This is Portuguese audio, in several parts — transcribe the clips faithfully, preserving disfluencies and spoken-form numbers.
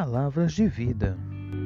Palavras de vida.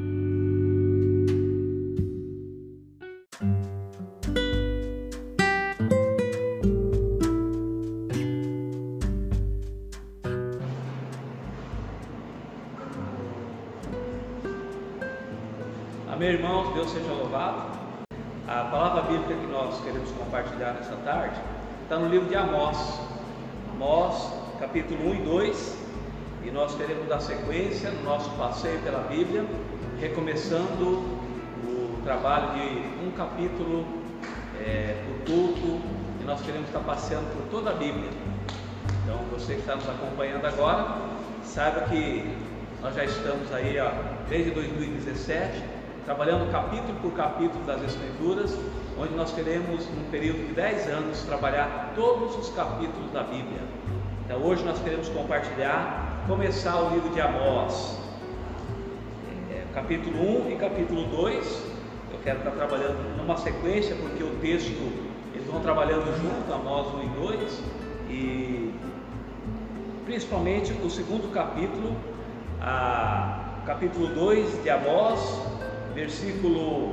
Amém, irmãos, Deus seja louvado. A palavra bíblica que nós queremos compartilhar nessa tarde está no livro de Amós, Amós, capítulo um e dois, e nós queremos dar sequência no nosso passeio pela Bíblia, recomeçando o trabalho de um capítulo é, por culto, e nós queremos estar passeando por toda a Bíblia. Então, você que está nos acompanhando agora, saiba que nós já estamos aí ó, desde dois mil e dezessete, trabalhando capítulo por capítulo das Escrituras, onde nós queremos, num período de dez anos, trabalhar todos os capítulos da Bíblia. Então, hoje nós queremos compartilhar, começar o livro de Amós, é, capítulo um e capítulo dois. Eu quero estar trabalhando numa sequência, porque o texto, eles vão trabalhando junto, Amós um e dois, e principalmente o segundo capítulo, a, capítulo dois de Amós, versículo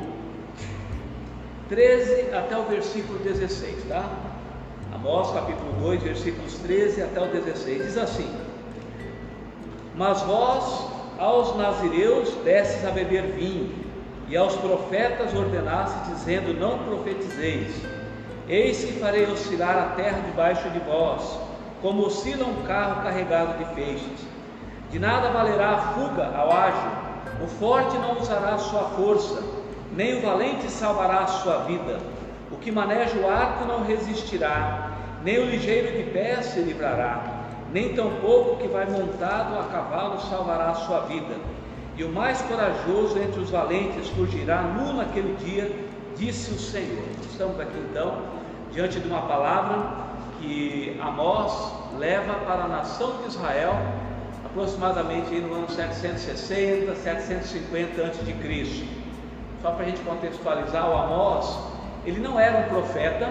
treze até o versículo dezesseis, tá? Amós capítulo dois, versículos treze até o dezesseis, diz assim: Mas vós aos nazireus destes a beber vinho, e aos profetas ordenaste, dizendo: não profetizeis. Eis que farei oscilar a terra debaixo de vós, como oscila um carro carregado de feixes. De nada valerá a fuga ao ágil. O forte não usará a sua força, nem o valente salvará a sua vida. O que maneja o arco não resistirá, nem o ligeiro de pé se livrará, nem tampouco o que vai montado a cavalo salvará a sua vida. E o mais corajoso entre os valentes fugirá nu naquele dia, disse o Senhor. Estamos aqui então diante de uma palavra que Amós leva para a nação de Israel, aproximadamente no ano setecentos e sessenta, setecentos e cinquenta antes de Cristo. Só para a gente contextualizar, o Amós, ele não era um profeta.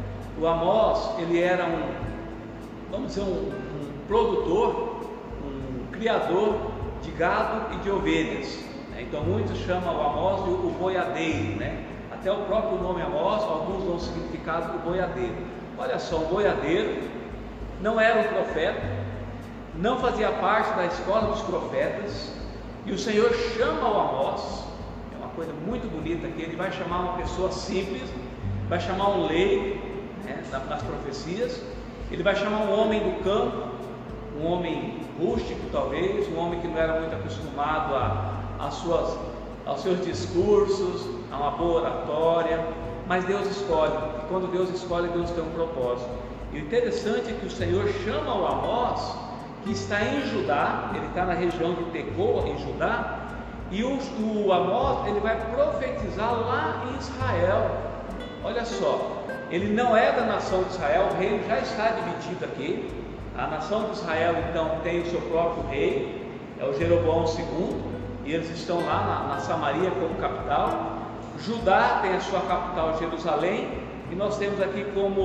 O Amós, ele era um, vamos dizer, um, um produtor, um criador de gado e de ovelhas, né? Então muitos chamam o Amós de o boiadeiro, né? Até o próprio nome Amós, alguns dão o significado do boiadeiro. Olha só, um boiadeiro não era um profeta, não fazia parte da escola dos profetas, e o Senhor chama o Amós. É uma coisa muito bonita que ele vai chamar uma pessoa simples, vai chamar um leigo, né, nas profecias. Ele vai chamar um homem do campo, um homem rústico talvez, um homem que não era muito acostumado a, a suas, aos seus discursos, a uma boa oratória, mas Deus escolhe, e quando Deus escolhe, Deus tem um propósito. E o interessante é que o Senhor chama o Amós, que está em Judá, ele está na região de Tecoa, em Judá, e o, o Amós, ele vai profetizar lá em Israel. Olha só, ele não é da nação de Israel, o reino já está dividido aqui. A nação de Israel então tem o seu próprio rei, é o Jeroboão segundo, e eles estão lá na, na Samaria como capital. Judá tem a sua capital, Jerusalém, e nós temos aqui como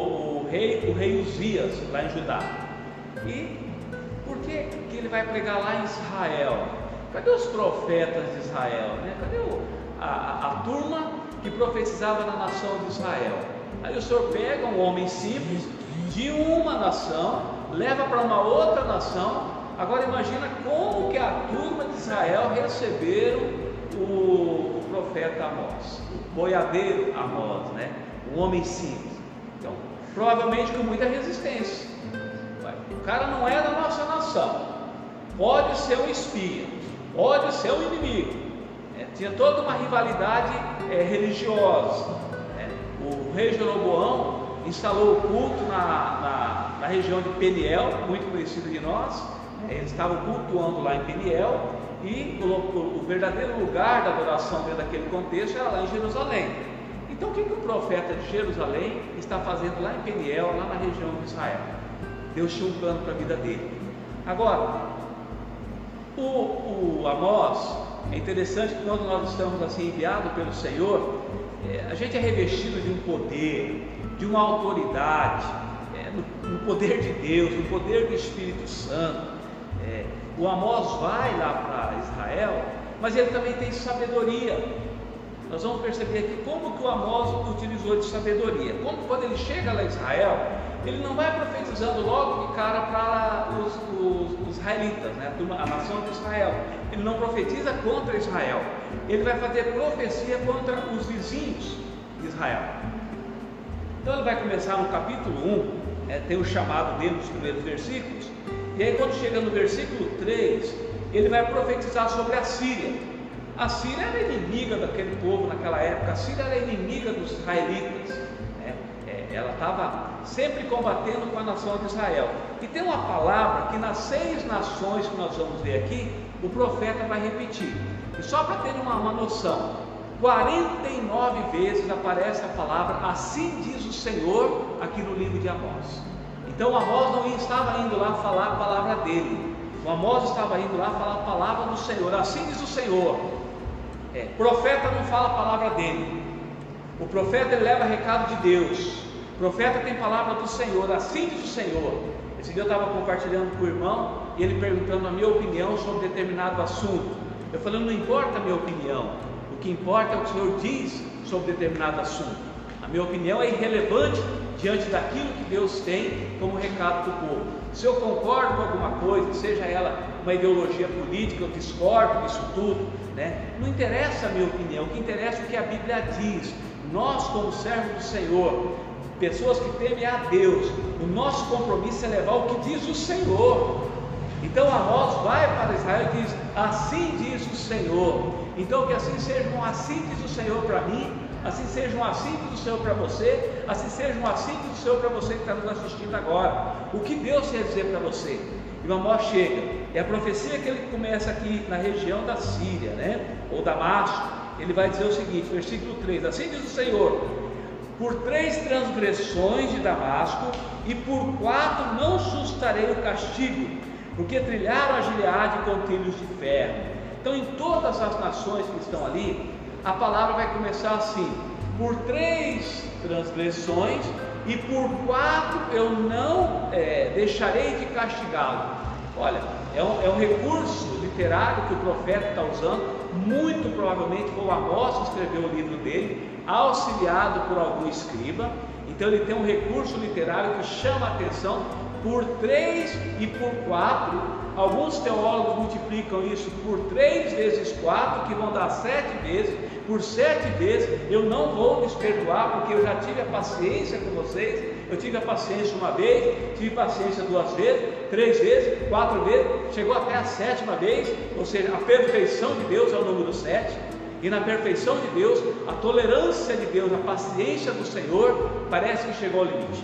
o rei, o rei Uzias, lá em Judá. E por que, que ele vai pregar lá em Israel? Cadê os profetas de Israel, né? Cadê o, a, a, a turma que profetizava na nação de Israel? Aí o Senhor pega um homem simples de uma nação, leva para uma outra nação. Agora imagina como que a turma de Israel receberam o, o profeta Amós, o boiadeiro Amós, né? Um homem simples. Então, provavelmente com muita resistência. O cara não é da nossa nação, pode ser um espia, pode ser um inimigo, é, tinha toda uma rivalidade é, religiosa, né? O rei Jeroboão instalou o culto na, na, na região de Peniel, muito conhecido de nós. Eles estavam cultuando lá em Peniel, e o, o, o verdadeiro lugar da adoração dentro daquele contexto era lá em Jerusalém. Então o que, que o profeta de Jerusalém está fazendo lá em Peniel, lá na região de Israel? Deus tinha um plano para a vida dele. Agora, o, o Amós, é interessante que quando nós estamos assim enviados pelo Senhor, é, a gente é revestido de um poder, de uma autoridade, é, no, no poder de Deus, no poder do Espírito Santo. É, o Amós vai lá para Israel, mas ele também tem sabedoria. Nós vamos perceber aqui como que o Amós utilizou de sabedoria. Como quando ele chega lá em Israel, ele não vai profetizando logo de cara para os, os, os israelitas, né? A nação de Israel. Ele não profetiza contra Israel, ele vai fazer profecia contra os vizinhos de Israel. Então ele vai começar no capítulo um, é, tem o chamado dele nos primeiros versículos, e aí quando chega no versículo três, ele vai profetizar sobre a Síria. A Síria era inimiga daquele povo naquela época, a Síria era inimiga dos israelitas, né? É, ela estava sempre combatendo com a nação de Israel. E tem uma palavra que nas seis nações que nós vamos ver aqui, o profeta vai repetir. E só para ter uma, uma noção, quarenta e nove vezes aparece a palavra assim diz o Senhor aqui no livro de Amós. Então Amós não estava indo lá falar a palavra dele, o Amós estava indo lá falar a palavra do Senhor. Assim diz o Senhor. É, profeta não fala a palavra dele, o profeta ele leva recado de Deus, o profeta tem palavra do Senhor. Assim diz o Senhor. Esse dia eu estava compartilhando com o irmão e ele perguntando a minha opinião sobre determinado assunto. Eu falei, não importa a minha opinião, o que importa é o que o Senhor diz sobre determinado assunto. A minha opinião é irrelevante diante daquilo que Deus tem como recado para o povo. Se eu concordo com alguma coisa, seja ela uma ideologia política, eu discordo disso tudo, né? Não interessa a minha opinião, o que interessa é o que a Bíblia diz. Nós, como servos do Senhor, pessoas que temem a Deus, o nosso compromisso é levar o que diz o Senhor. Então Amós vai para Israel e diz, assim diz o Senhor. Então que assim seja um assim diz o Senhor para mim, assim seja um assim diz o Senhor para você, assim seja um assim diz o Senhor para você que está nos assistindo agora. O que Deus quer dizer para você? E o Amós chega, é a profecia que ele começa aqui na região da Síria, né? Ou Damasco. Ele vai dizer o seguinte, versículo três, assim diz o Senhor: por três transgressões de Damasco e por quatro não sustarei o castigo, porque trilharam a Gileade com trilhos de ferro. Então em todas as nações que estão ali, a palavra vai começar assim: por três transgressões e por quatro eu não é, deixarei de castigá-lo. Olha, é um, é um recurso literário que o profeta está usando. Muito provavelmente foi o Amós que escreveu o livro dele, auxiliado por algum escriba. Então ele tem um recurso literário que chama a atenção. Por três e por quatro, alguns teólogos multiplicam isso por três vezes quatro, que vão dar sete vezes. Por sete vezes eu não vou lhes perdoar, porque eu já tive a paciência com vocês. Eu tive a paciência uma vez, tive paciência duas vezes, três vezes, quatro vezes, chegou até a sétima vez. Ou seja, a perfeição de Deus é o número sete. E na perfeição de Deus, a tolerância de Deus, a paciência do Senhor, parece que chegou ao limite.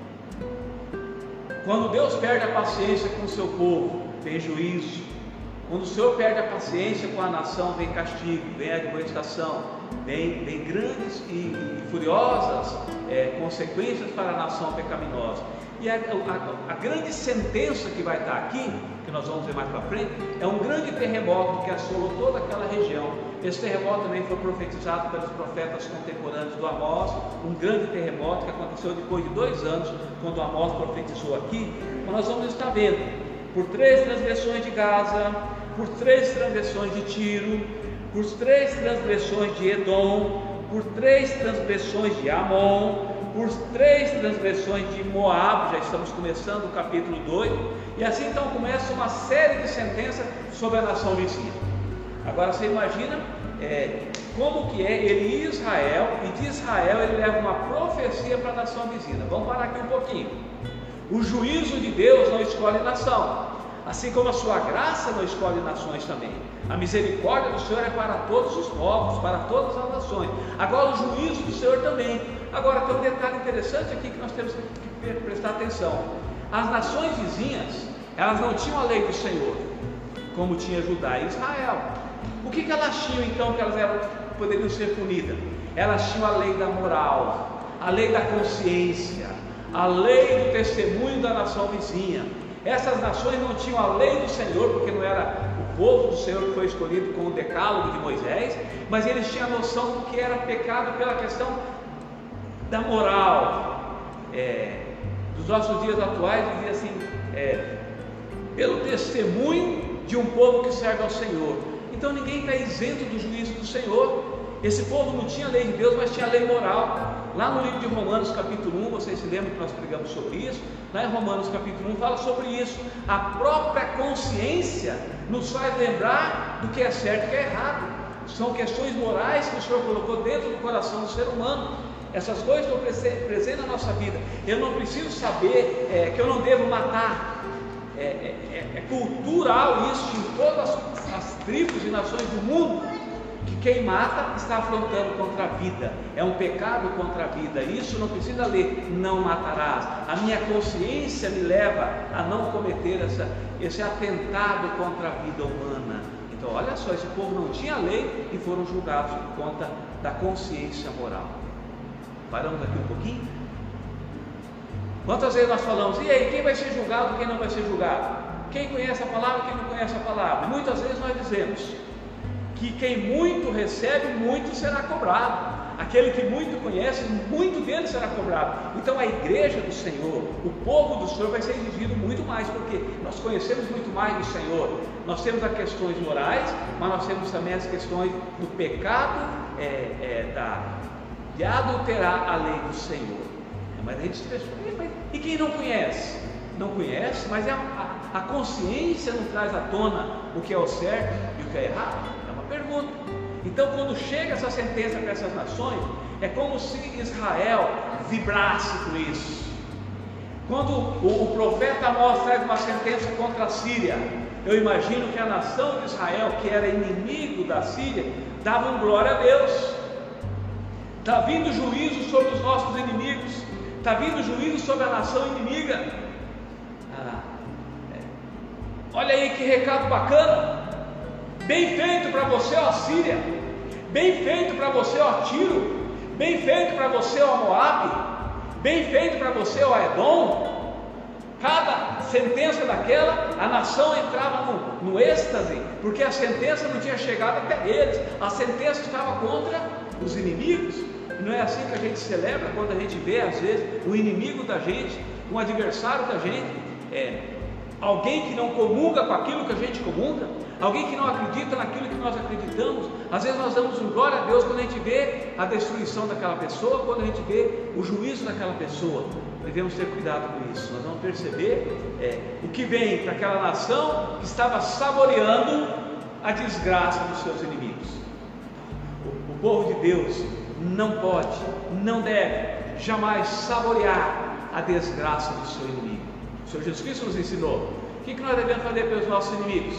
Quando Deus perde a paciência com o seu povo, vem juízo. Quando o Senhor perde a paciência com a nação, vem castigo, vem admoestação, vem, vem grandes e, e furiosas é, consequências para a nação pecaminosa. E a, a, a grande sentença que vai estar aqui, que nós vamos ver mais para frente, é um grande terremoto que assolou toda aquela região. Esse terremoto também foi profetizado pelos profetas contemporâneos do Amós, um grande terremoto que aconteceu depois de dois anos, quando o Amós profetizou aqui. Mas nós vamos estar vendo, por três transgressões de Gaza, por três transgressões de Tiro, por três transgressões de Edom, por três transgressões de Amon, por três transgressões de Moab. Já estamos começando o capítulo dois, e assim então começa uma série de sentenças sobre a nação vizinha. Agora você imagina é, como que é ele ir a Israel, e de Israel ele leva uma profecia para a nação vizinha. Vamos parar aqui um pouquinho. O juízo de Deus não escolhe nação, assim como a sua graça não escolhe nações também. A misericórdia do Senhor é para todos os povos, para todas as nações. Agora o juízo do Senhor também. Agora tem um detalhe interessante aqui que nós temos que prestar atenção. As nações vizinhas, elas não tinham a lei do Senhor, como tinha Judá e Israel. O que, que elas tinham então que elas eram, poderiam ser punidas? Elas tinham a lei da moral, a lei da consciência, a lei do testemunho da nação vizinha. Essas nações não tinham a lei do Senhor, porque não era o povo do Senhor que foi escolhido com o decálogo de Moisés, mas eles tinham a noção do que era pecado pela questão da moral. É, dos nossos dias atuais dizia assim, é, pelo testemunho de um povo que serve ao Senhor. Então ninguém está isento do juízo do Senhor. Esse povo não tinha lei de Deus, mas tinha lei moral. Lá no livro de Romanos capítulo um, vocês se lembram que nós pregamos sobre isso? Lá em Romanos capítulo um fala sobre isso. A própria consciência nos faz lembrar do que é certo e que é errado. São questões morais que o Senhor colocou dentro do coração do ser humano. Essas coisas estão presentes na nossa vida. Eu não preciso saber é, que eu não devo matar. É, é, é cultural isso em todas as tribos e nações do mundo, que quem mata está afrontando contra a vida, é um pecado contra a vida. Isso não precisa ler, não matarás. A minha consciência me leva a não cometer essa, esse atentado contra a vida humana. Então olha só, esse povo não tinha lei e foram julgados por conta da consciência moral. Paramos aqui um pouquinho? Quantas vezes nós falamos, e aí, quem vai ser julgado, quem não vai ser julgado? Quem conhece a palavra, quem não conhece a palavra? E muitas vezes nós dizemos que quem muito recebe, muito será cobrado. Aquele que muito conhece, muito dele será cobrado. Então a igreja do Senhor, o povo do Senhor vai ser exigido muito mais, porque nós conhecemos muito mais do Senhor. Nós temos as questões morais, mas nós temos também as questões do pecado, é, é, da, de adulterar a lei do Senhor. Mas a gente se pensa, e quem não conhece? Não conhece, mas é a, a consciência não traz à tona o que é o certo e o que é errado? É uma pergunta. Então, quando chega essa sentença para essas nações, é como se Israel vibrasse por isso. Quando o, o profeta Amós traz uma sentença contra a Síria, eu imagino que a nação de Israel, que era inimigo da Síria, dava um glória a Deus. Está vindo juízo sobre os nossos inimigos. Está vindo juízo sobre a nação inimiga. Ah, é. Olha aí que recado bacana. Bem feito para você, ó Síria. Bem feito para você, ó Tiro. Bem feito para você, ó Moabe. Bem feito para você, ó Edom. Cada sentença daquela, a nação entrava no, no êxtase, porque a sentença não tinha chegado até eles. A sentença estava contra os inimigos. Não é assim que a gente celebra quando a gente vê, às vezes, o inimigo da gente, um adversário da gente, é, alguém que não comunga com aquilo que a gente comunga, alguém que não acredita naquilo que nós acreditamos. Às vezes nós damos um glória a Deus quando a gente vê a destruição daquela pessoa, quando a gente vê o juízo daquela pessoa. Devemos ter cuidado com isso. Nós vamos perceber é, o que vem para aquela nação que estava saboreando a desgraça dos seus inimigos. O, o povo de Deus não pode, não deve jamais saborear a desgraça do seu inimigo. O Senhor Jesus Cristo nos ensinou. O que nós devemos fazer pelos nossos inimigos?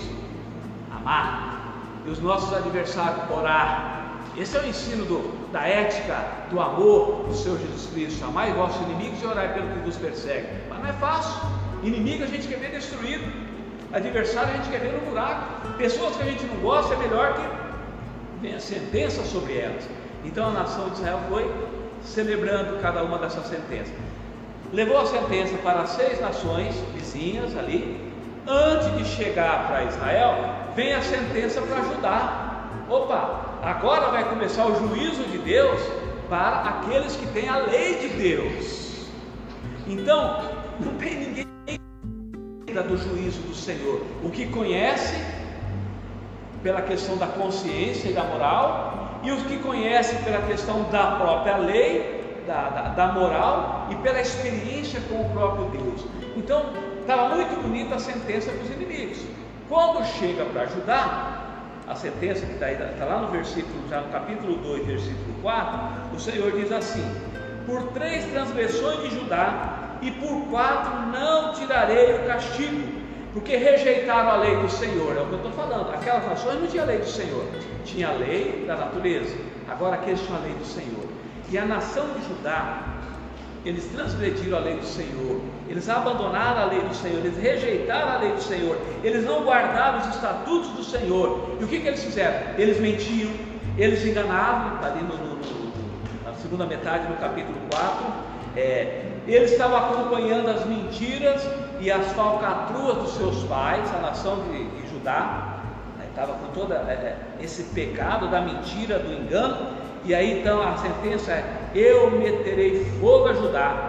Amar. E os nossos adversários, orar. Esse é o ensino do, da ética, do amor do Senhor Jesus Cristo. Amar os vossos inimigos e orar pelo que nos persegue. Mas não é fácil. Inimigo a gente quer ver destruído, adversário a gente quer ver no buraco. Pessoas que a gente não gosta, é melhor que venha sentença sobre elas. Então a nação de Israel foi celebrando cada uma dessas sentenças. Levou a sentença para seis nações vizinhas ali. Antes de chegar para Israel, vem a sentença para Judá. Opa, agora vai começar o juízo de Deus para aqueles que têm a lei de Deus. Então, não tem ninguém do juízo do Senhor. O que conhece pela questão da consciência e da moral, e os que conhecem pela questão da própria lei, da, da, da moral e pela experiência com o próprio Deus. Então estava muito bonita a sentença para os inimigos. Quando chega para Judá, a sentença que está tá lá no versículo, já no capítulo dois, versículo quatro, o Senhor diz assim: por três transgressões de Judá e por quatro não tirarei o castigo, porque rejeitaram a lei do Senhor. É o que eu estou falando. Aquelas nações não tinha lei do Senhor, tinha a lei da natureza. Agora aqueles tinham a lei do Senhor. E a nação de Judá, eles transgrediram a lei do Senhor, eles abandonaram a lei do Senhor, eles rejeitaram a lei do Senhor, eles não guardaram os estatutos do Senhor. E o que, que eles fizeram? Eles mentiam, eles enganavam. Está ali no, no, no, na segunda metade do capítulo quatro. É, eles estavam acompanhando as mentiras e as falcatruas dos seus pais, a nação de, de Judá, né, estava com todo é, esse pecado da mentira, do engano. E aí então a sentença é: eu meterei fogo a Judá,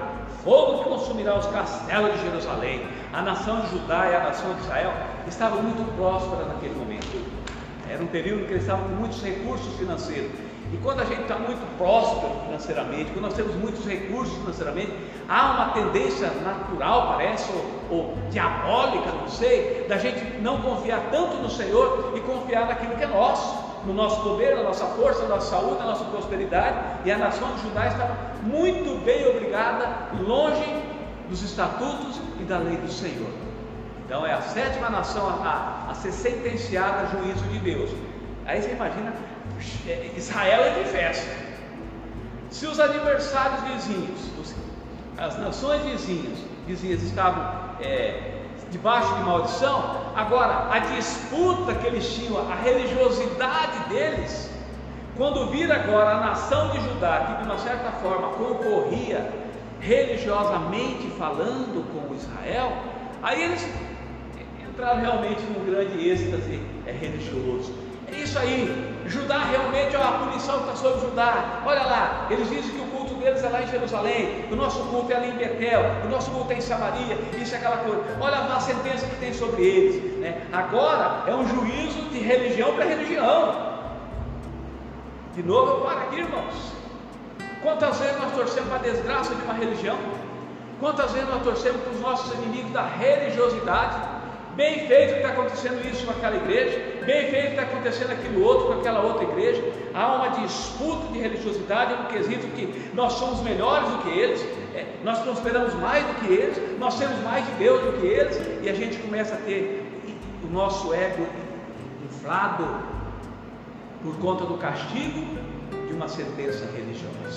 fogo que consumirá os castelos de Jerusalém. A nação de Judá e a nação de Israel estavam muito prósperas naquele momento. Era um período que eles estavam com muitos recursos financeiros. E quando a gente está muito próspero financeiramente, quando nós temos muitos recursos financeiramente, há uma tendência natural, parece, ou, ou diabólica, não sei, da gente não confiar tanto no Senhor e confiar naquilo que é nosso, no nosso poder, na nossa força, na nossa saúde, na nossa prosperidade. E a nação de Judá estava muito bem obrigada, longe dos estatutos e da lei do Senhor. Então é a sétima nação a, a, a ser sentenciada a juízo de Deus. Aí você imagina, Israel é de festa. Se os adversários vizinhos, os, as nações vizinhas, vizinhas estavam é, debaixo de maldição, agora a disputa que eles tinham, a religiosidade deles, quando vir agora a nação de Judá, que de uma certa forma concorria religiosamente falando com Israel, aí eles entraram realmente num grande êxtase é, religioso. É isso aí, Judá realmente é a punição que está sobre Judá. Olha lá, eles dizem que o culto deles é lá em Jerusalém, o nosso culto é ali em Betel, o nosso culto é em Samaria, isso é aquela coisa. Olha a sentença que tem sobre eles, né? Agora é um juízo de religião para religião. De novo eu paro aqui, irmãos. Quantas vezes nós torcemos para a desgraça de uma religião? Quantas vezes nós torcemos para os nossos inimigos da religiosidade? Bem feito que está acontecendo isso com aquela igreja, bem feito que está acontecendo aquilo outro com aquela outra igreja. Há uma disputa de religiosidade no quesito que nós somos melhores do que eles, é, nós prosperamos mais do que eles, nós temos mais de Deus do que eles, e a gente começa a ter o nosso ego inflado por conta do castigo de uma sentença religiosa.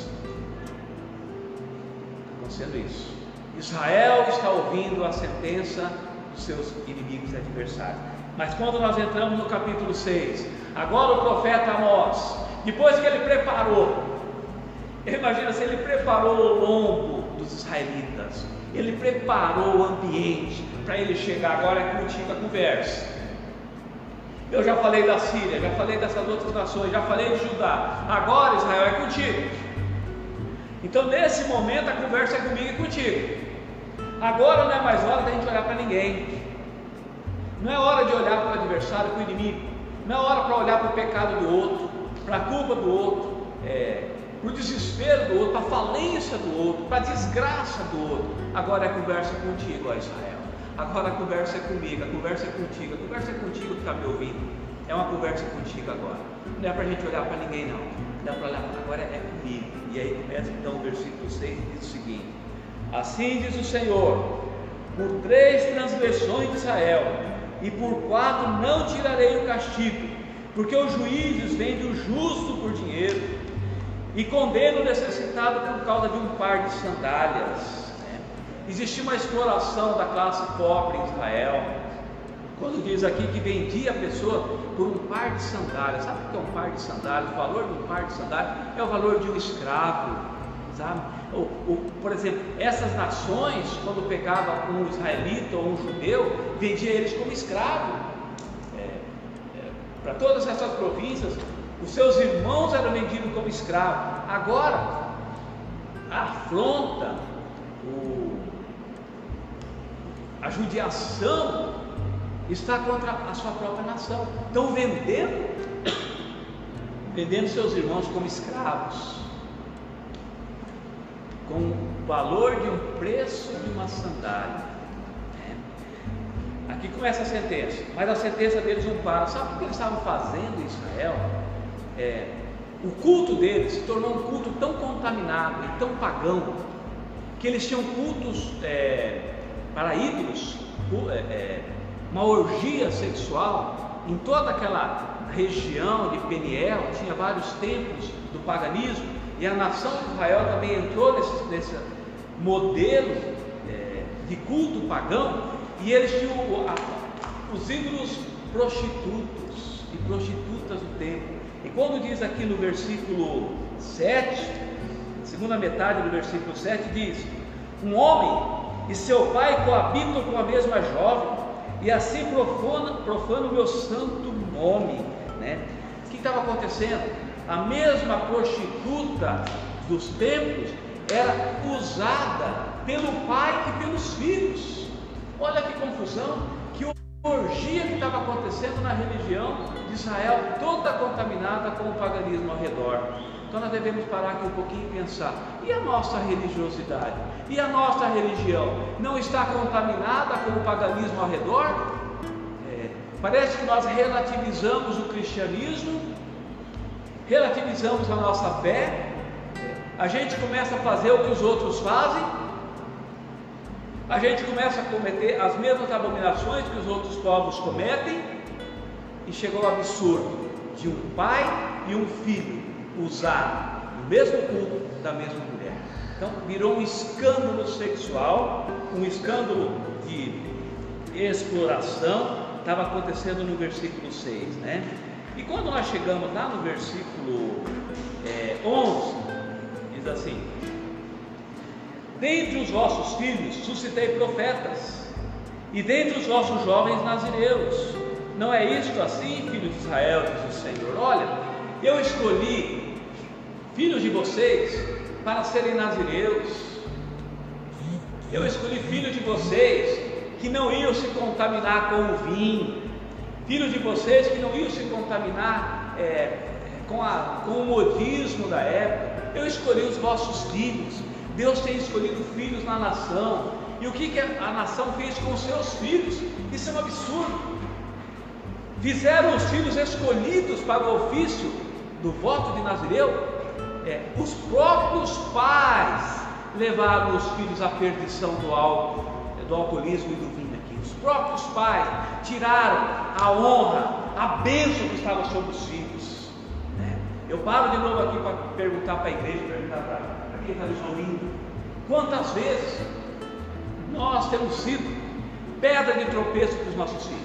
Está acontecendo isso. Israel está ouvindo a sentença dos seus inimigos e adversários. Mas quando nós entramos no capítulo seis, agora o profeta Amós, depois que ele preparou, imagina se ele preparou o lombo dos israelitas, ele preparou o ambiente para ele chegar agora é contigo a conversa. Eu já falei da Síria, já falei dessas outras nações, já falei de Judá, agora Israel é contigo. Então nesse momento a conversa é comigo e contigo. Agora não é mais hora da gente olhar para ninguém, não é hora de olhar para o adversário, para o inimigo, não é hora para olhar para o pecado do outro, para a culpa do outro, é, para o desespero do outro, para a falência do outro, para a desgraça do outro. Agora é a conversa contigo, ó Israel. Agora a conversa é comigo, a conversa é contigo, a conversa é contigo que está me ouvindo. É uma conversa contigo agora. Não é para a gente olhar para ninguém, não. Não é para olhar, agora é comigo. E aí começa então o versículo seis e diz o seguinte: assim diz o Senhor, por três transgressões de Israel e por quatro não tirarei o castigo, porque os juízes vendem o justo por dinheiro e condenam o necessitado por causa de um par de sandálias. Existia uma exploração da classe pobre em Israel, quando diz aqui que vendia a pessoa por um par de sandálias. Sabe o que é um par de sandálias? O valor de um par de sandálias é o valor de um escravo, sabe? Ou, ou, por exemplo, essas nações, quando pegava um israelita ou um judeu, vendia eles como escravo. É, é, para todas essas províncias, os seus irmãos eram vendidos como escravos. Agora, a afronta, o a judiação está contra a sua própria nação. Estão vendendo, vendendo seus irmãos como escravos, com o valor de um preço de uma sandália. Aqui começa a sentença, mas a sentença deles não para. Sabe o que eles estavam fazendo em Israel? É, o culto deles se tornou um culto tão contaminado e tão pagão, que eles tinham cultos é, para ídolos, é, uma orgia sexual em toda aquela região de Peniel. Tinha vários templos do paganismo, e a nação de Israel também entrou nesse, nesse modelo é, de culto pagão, e eles tinham a, os ídolos prostitutos e prostitutas do templo. E quando diz aqui no versículo sete, segunda metade do versículo sete, diz: um homem e seu pai coabitam com a mesma jovem, e assim profana, profana o meu santo nome, né? O que estava acontecendo? A mesma prostituta dos templos era usada pelo pai e pelos filhos. Olha que confusão, que orgia que estava acontecendo na religião de Israel, toda contaminada com o paganismo ao redor. Então nós devemos parar aqui um pouquinho e pensar: e a nossa religiosidade? E a nossa religião não está contaminada com o paganismo ao redor? É, parece que nós relativizamos o cristianismo, relativizamos a nossa fé, a gente começa a fazer o que os outros fazem, a gente começa a cometer as mesmas abominações que os outros povos cometem, e chegou ao absurdo de um pai e um filho usar o mesmo culto da mesma mulher. Então virou um escândalo sexual, um escândalo de exploração. Estava acontecendo no versículo seis, né? E quando nós chegamos lá no versículo é, onze, diz assim: dentre os vossos filhos suscitei profetas, e dentre os vossos jovens nazireus. Não é isto assim, filhos de Israel, diz o Senhor? Olha, eu escolhi filhos de vocês para serem nazireus. Eu escolhi filhos de vocês que não iam se contaminar com o vinho, filhos de vocês que não iam se contaminar é, com, a, com o modismo da época. Eu escolhi os vossos filhos. Deus tem escolhido filhos na nação. E o que, que a nação fez com os seus filhos? Isso é um absurdo. Fizeram os filhos escolhidos para o ofício do voto de Nazireu. É, os próprios pais levaram os filhos à perdição do álcool, do alcoolismo e do vinho aqui. Os próprios pais tiraram a honra, a bênção que estava sobre os filhos. Eu paro de novo aqui para perguntar para a igreja, perguntar para quem está nos ouvindo: quantas vezes nós temos sido pedra de tropeço para os nossos filhos?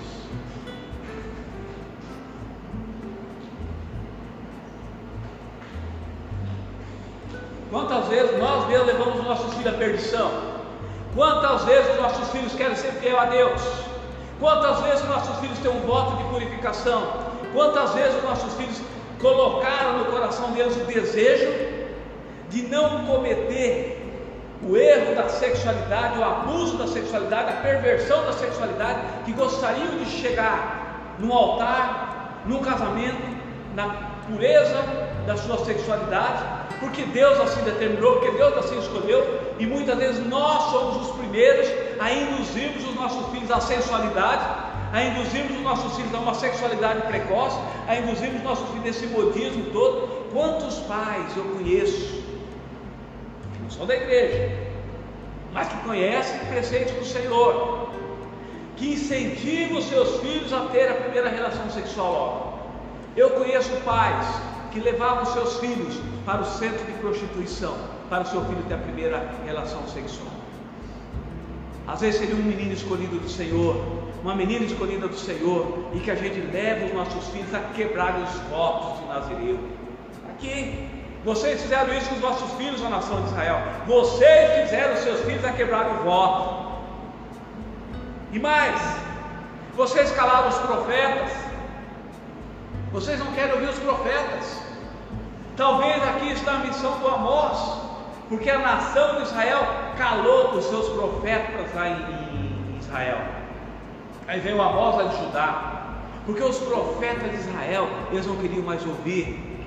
Quantas vezes nós mesmos levamos os nossos filhos à perdição? Quantas vezes os nossos filhos querem ser fiel a Deus? Quantas vezes os nossos filhos têm um voto de purificação? Quantas vezes os nossos filhos colocaram no coração deles o desejo de não cometer o erro da sexualidade, o abuso da sexualidade, a perversão da sexualidade, que gostariam de chegar num altar, num casamento, na pureza da sua sexualidade, porque Deus assim determinou, porque Deus assim escolheu. E muitas vezes nós somos os primeiros a induzirmos os nossos filhos à sensualidade, a induzirmos os nossos filhos a uma sexualidade precoce, a induzirmos os nossos filhos nesse modismo todo. Quantos pais eu conheço, que não são da igreja, mas que conhecem preceitos do Senhor, que incentivam os seus filhos a ter a primeira relação sexual logo. Eu conheço pais que levavam seus filhos para o centro de prostituição, para o seu filho ter a primeira relação sexual. Às vezes seria um menino escolhido do Senhor, uma menina escolhida do Senhor, e que a gente leva os nossos filhos a quebrar os votos de Nazireu. Aqui, vocês fizeram isso com os vossos filhos, a nação de Israel. Vocês fizeram os seus filhos a quebrar o voto. E mais, vocês calaram os profetas. Vocês não querem ouvir os profetas. Talvez aqui está a missão do Amós, porque a nação de Israel calou os seus profetas lá em Israel. Aí veio o Amós lá de Judá, porque os profetas de Israel, eles não queriam mais ouvir.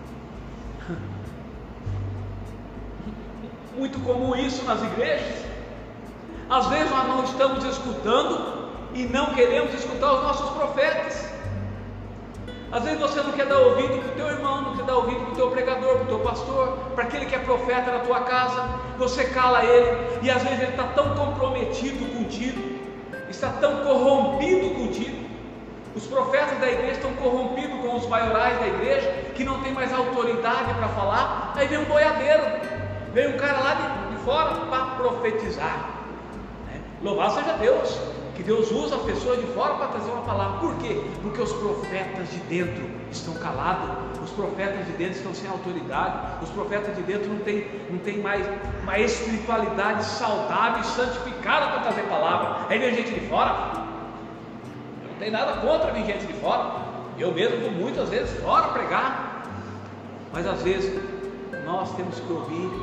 Muito comum isso nas igrejas. Às vezes nós não estamos escutando e não queremos escutar os nossos profetas. Às vezes você não quer dar ouvido para o teu irmão, não quer dar ouvido para o teu pregador, para o teu pastor, para aquele que é profeta na tua casa. Você cala ele, e às vezes ele está tão comprometido contigo, está tão corrompido contigo. Os profetas da igreja estão corrompidos com os maiorais da igreja, que não tem mais autoridade para falar. Aí vem um boiadeiro, vem um cara lá de, de fora para profetizar. Né? Louvado seja Deus, que Deus usa a pessoa de fora para trazer uma palavra. Por quê? Porque os profetas de dentro estão calados, os profetas de dentro estão sem autoridade, os profetas de dentro não têm não tem mais uma espiritualidade saudável e santificada para trazer palavra. Aí vem gente de fora. Eu não tenho nada contra vir gente de fora, eu mesmo vou muitas vezes fora pregar, mas às vezes nós temos que ouvir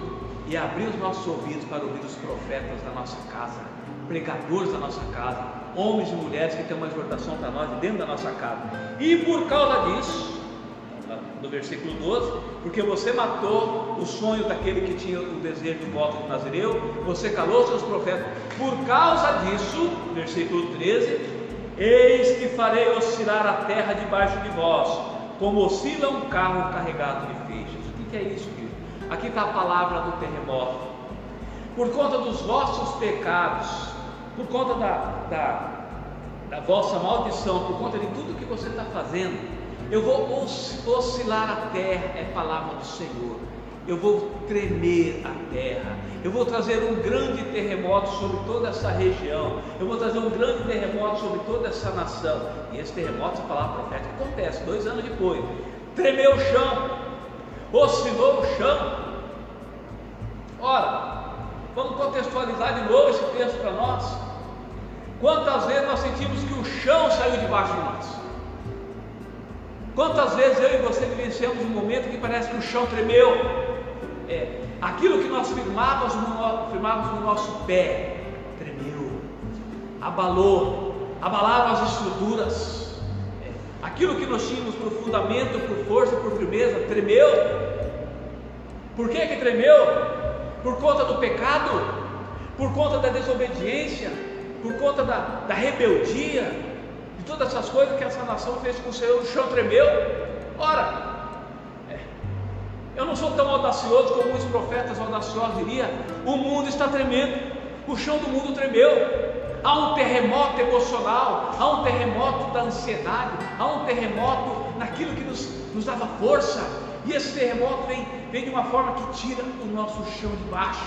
e abrir os nossos ouvidos para ouvir os profetas da nossa casa, pregadores da nossa casa, homens e mulheres que têm uma exortação para nós dentro da nossa casa. E por causa disso, no versículo doze, porque você matou o sonho daquele que tinha o desejo de volta do Nazireu, você calou seus profetas, por causa disso, versículo treze, eis que farei oscilar a terra debaixo de vós, como oscila um carro carregado de feixes. O que é isso, querido? Aqui está a palavra do terremoto. Por conta dos vossos pecados, por conta da, da, da vossa maldição, por conta de tudo que você está fazendo, eu vou oscilar a terra, é palavra do Senhor. Eu vou tremer a terra, eu vou trazer um grande terremoto sobre toda essa região, eu vou trazer um grande terremoto sobre toda essa nação. E esse terremoto, essa palavra profética, acontece dois anos depois. Tremeu o chão, oscilou o chão. Ora, vamos contextualizar de novo esse texto para nós. Quantas vezes nós sentimos que o chão saiu debaixo de nós? Quantas vezes eu e você vivenciamos um momento que parece que o chão tremeu? É, aquilo que nós firmávamos no, firmávamos no nosso pé tremeu, abalou, abalaram as estruturas. É, aquilo que nós tínhamos por fundamento, por força, por firmeza, tremeu. Por que que tremeu? Por conta do pecado, por conta da desobediência, por conta da, da rebeldia, de todas essas coisas que essa nação fez com o Senhor. O chão tremeu. Ora, é, eu não sou tão audacioso como muitos profetas audaciosos diriam. O mundo está tremendo, o chão do mundo tremeu. Há um terremoto emocional, há um terremoto da ansiedade, há um terremoto naquilo que nos, nos dava força. E esse terremoto vem, vem de uma forma que tira o nosso chão de baixo.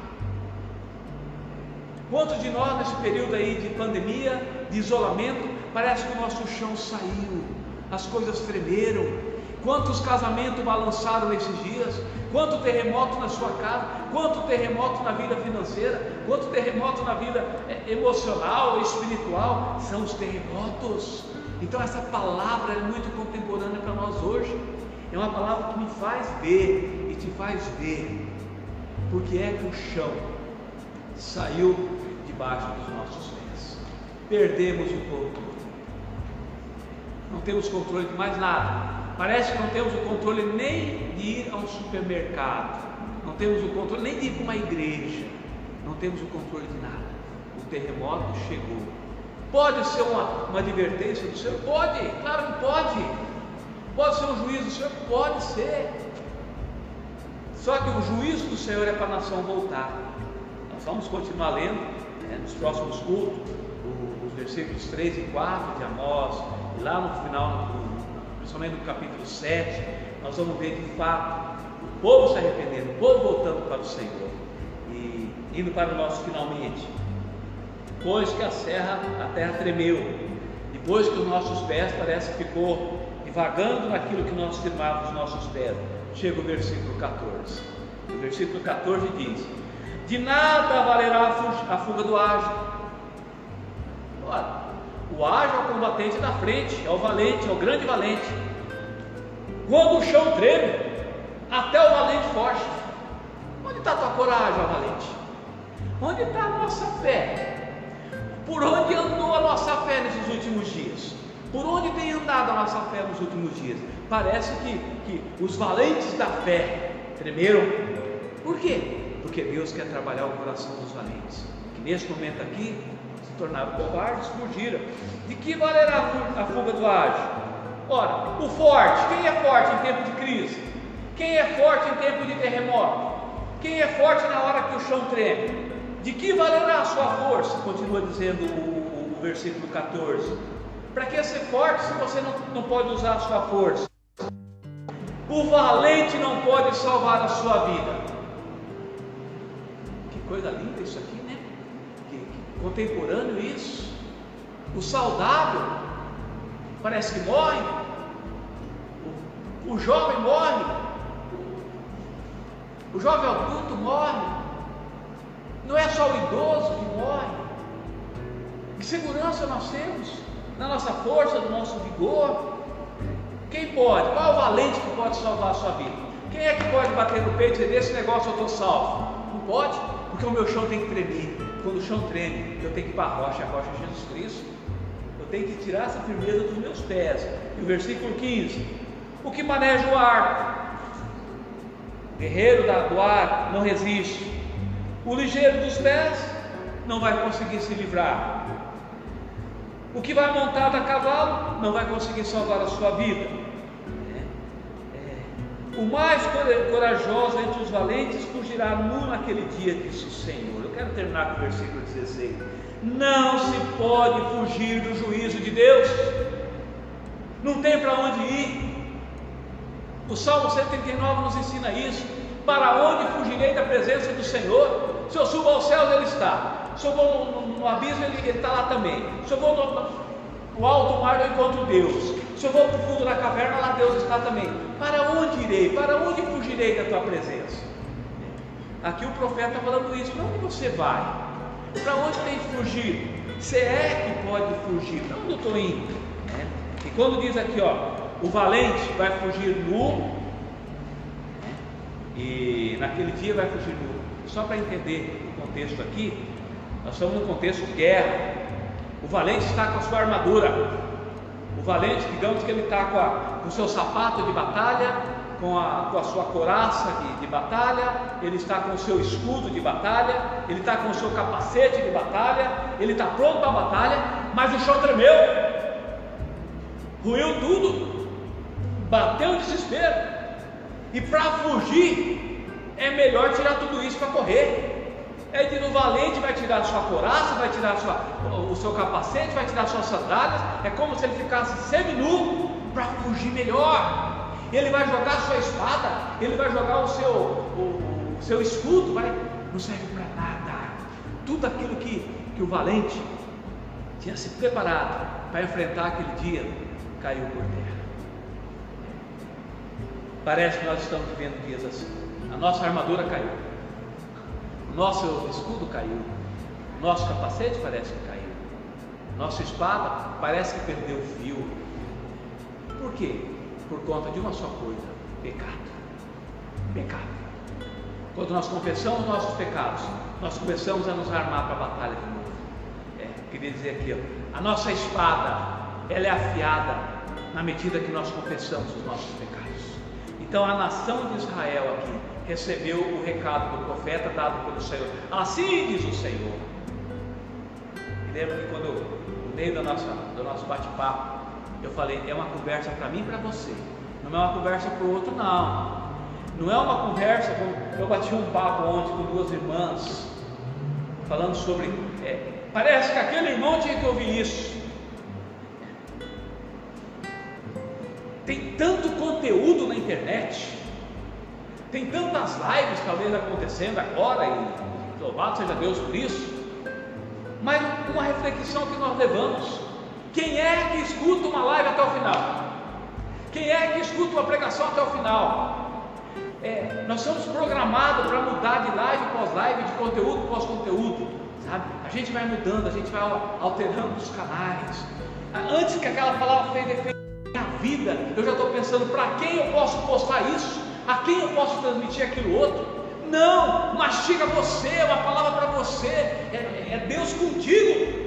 Quantos de nós nesse período aí de pandemia, de isolamento, parece que o nosso chão saiu, as coisas tremeram? Quantos casamentos balançaram nesses dias? Quanto terremoto na sua casa? Quanto terremoto na vida financeira? Quanto terremoto na vida emocional, espiritual? São os terremotos. Então essa palavra é muito contemporânea para nós hoje. É uma palavra que me faz ver e te faz ver porque é que o chão saiu debaixo dos nossos pés. Perdemos o controle. Não temos controle de mais nada. Parece que não temos o controle nem de ir ao supermercado. Não temos o controle nem de ir para uma igreja. Não temos o controle de nada. O terremoto chegou. Pode ser uma, uma advertência do Senhor? Pode, claro que pode. Pode ser um juízo do Senhor? Pode ser. Só que o juízo do Senhor é para a nação voltar. Nós vamos continuar lendo, né, nos próximos cultos, os versículos três e quatro de Amós, e lá no final, principalmente no capítulo sete, nós vamos ver de fato o povo se arrependendo, o povo voltando para o Senhor e indo para o nosso finalmente. Depois que a serra, a terra tremeu, depois que os nossos pés parece que ficou divagando naquilo que nós firmávamos os nossos pés, chega o versículo catorze. O versículo catorze diz: de nada valerá a fuga do ágil. Ora, o ágil é o combatente da frente, é o valente, é o grande valente. Quando o chão treme, até o valente foge. Onde está a tua coragem, ó valente? Onde está a nossa fé? Por onde andou a nossa fé nesses últimos dias? Por onde tem andado a nossa fé nos últimos dias? Parece que, que os valentes da fé tremeram. Por quê? Porque Deus quer trabalhar o coração dos valentes, que nesse momento aqui se tornaram covardes, fugiram. De que valerá a fuga do ágil? Ora, o forte, quem é forte em tempo de crise? Quem é forte em tempo de terremoto? Quem é forte na hora que o chão treme? De que valerá a sua força? Continua dizendo o, o, o versículo catorze. Para que ser forte se você não, não pode usar a sua força? O valente não pode salvar a sua vida. Que coisa linda isso aqui, né? Que, que contemporâneo isso. O saudável parece que morre. O, o jovem morre. O jovem adulto morre. Não é só o idoso que morre. Que segurança nós temos na nossa força, no nosso vigor? Quem pode? Qual é o valente que pode salvar a sua vida? Quem é que pode bater no peito e dizer, desse negócio eu estou salvo? Não pode, porque o meu chão tem que tremer. Quando o chão treme, eu tenho que ir para a rocha, a rocha é Jesus Cristo. Eu tenho que tirar essa firmeza dos meus pés. E o versículo quinze, o que maneja o arco, o guerreiro do ar não resiste, o ligeiro dos pés não vai conseguir se livrar, o que vai montado a cavalo não vai conseguir salvar a sua vida. O mais corajoso entre os valentes fugirá nu naquele dia, disse o Senhor. Eu quero terminar com o versículo dezesseis. Não se pode fugir do juízo de Deus, não tem para onde ir. O Salmo cento e trinta e nove nos ensina isso. Para onde fugirei da presença do Senhor? Se eu subo aos céus, Ele está. Se eu vou no, no, no abismo, Ele está lá também. Se eu vou no, no alto mar, eu encontro Deus. Se eu vou para o fundo da caverna, lá Deus está também. Para onde irei? Para onde fugirei da tua presença? Aqui o profeta está falando isso. Para onde você vai? Para onde tem que fugir? Você é que pode fugir. Para onde eu estou indo? É. E quando diz aqui, ó, o valente vai fugir nu, é. E naquele dia vai fugir nu. Só para entender o contexto aqui, nós estamos no contexto de guerra. O valente está com a sua armadura. O valente, digamos que ele está com, com o seu sapato de batalha, com a, com a sua couraça de, de batalha, ele está com o seu escudo de batalha, ele está com o seu capacete de batalha, ele está pronto para a batalha, mas o chão tremeu, ruiu tudo, bateu o desespero, e para fugir é melhor tirar tudo isso para correr. É de no valente vai tirar a sua couraça, vai tirar a sua, o seu capacete, vai tirar as suas sandálias. É como se ele ficasse semi-nu para fugir melhor. Ele vai jogar a sua espada, ele vai jogar o seu, o, o seu escudo, vai, não serve para nada. Tudo aquilo que, que o valente tinha se preparado para enfrentar aquele dia, caiu por terra. Parece que nós estamos vivendo dias assim. A nossa armadura caiu. Nosso escudo caiu, nosso capacete parece que caiu, nossa espada parece que perdeu o fio. Por quê? Por conta de uma só coisa: pecado. Pecado. Quando nós confessamos nossos pecados, nós começamos a nos armar para a batalha de novo. É, queria dizer aqui, ó, a nossa espada, ela é afiada na medida que nós confessamos os nossos pecados. Então a nação de Israel aqui recebeu o recado do profeta dado pelo Senhor. Assim diz o Senhor. E lembra que quando eu, no meio da nossa, do nosso bate-papo, eu falei, é uma conversa para mim e para você, não é uma conversa para o outro, não. Não é uma conversa, como eu bati um papo ontem com duas irmãs, falando sobre, é, parece que aquele irmão tinha que ouvir isso. Tem tanto conteúdo na internet, tem tantas lives talvez acontecendo agora, e louvado seja Deus por isso, mas uma reflexão que nós levamos: quem é que escuta uma live até o final? Quem é que escuta uma pregação até o final? É, nós somos programados para mudar de live pós-live, de conteúdo pós-conteúdo, sabe? A gente vai mudando, a gente vai alterando os canais. Antes que aquela palavra fez efeito na minha vida, eu já estou pensando, para quem eu posso postar isso? A quem eu posso transmitir aquilo outro? Não, mastiga você, é uma palavra para você, é, é Deus contigo.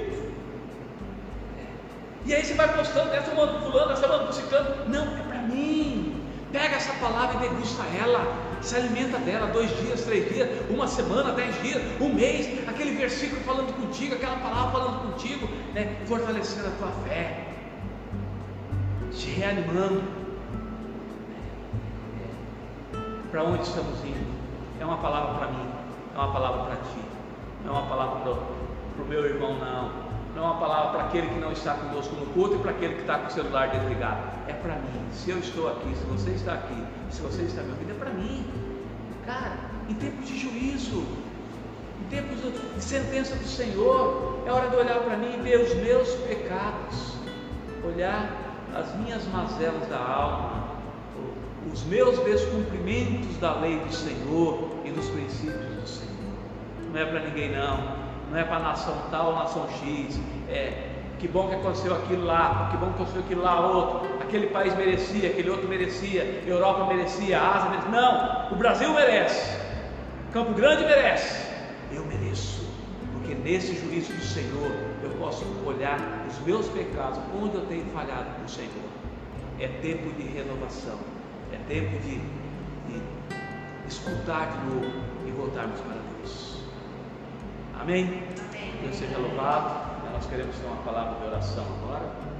E aí você vai postando, essa manda para fulano, essa manda para ciclano. Não, é para mim. Pega essa palavra e degusta ela, se alimenta dela, dois dias, três dias, uma semana, dez dias, um mês, aquele versículo falando contigo, aquela palavra falando contigo, né? Fortalecendo a tua fé, te reanimando. Para onde estamos indo? É uma palavra para mim, é uma palavra para ti, não é uma palavra para o meu irmão, não. Não é uma palavra para aquele que não está conosco no culto e para aquele que está com o celular desligado. É para mim. Se eu estou aqui, se você está aqui, se você está me ouvindo, é para mim. Cara, em tempos de juízo, em tempos de sentença do Senhor, é hora de olhar para mim e ver os meus pecados, olhar as minhas mazelas da alma, os meus descumprimentos da lei do Senhor e dos princípios do Senhor. Não é para ninguém, não. Não é para a nação tal ou nação X, é, que bom que aconteceu aquilo lá, que bom que aconteceu aquilo lá outro, aquele país merecia, aquele outro merecia, Europa merecia, Ásia merecia. Não, o Brasil merece, Campo Grande merece, eu mereço, porque nesse juízo do Senhor eu posso olhar os meus pecados, onde eu tenho falhado com o Senhor. É tempo de renovação, é tempo de, de escutar de novo e voltarmos para Deus. Amém? Deus seja louvado. Nós queremos ter uma palavra de oração agora.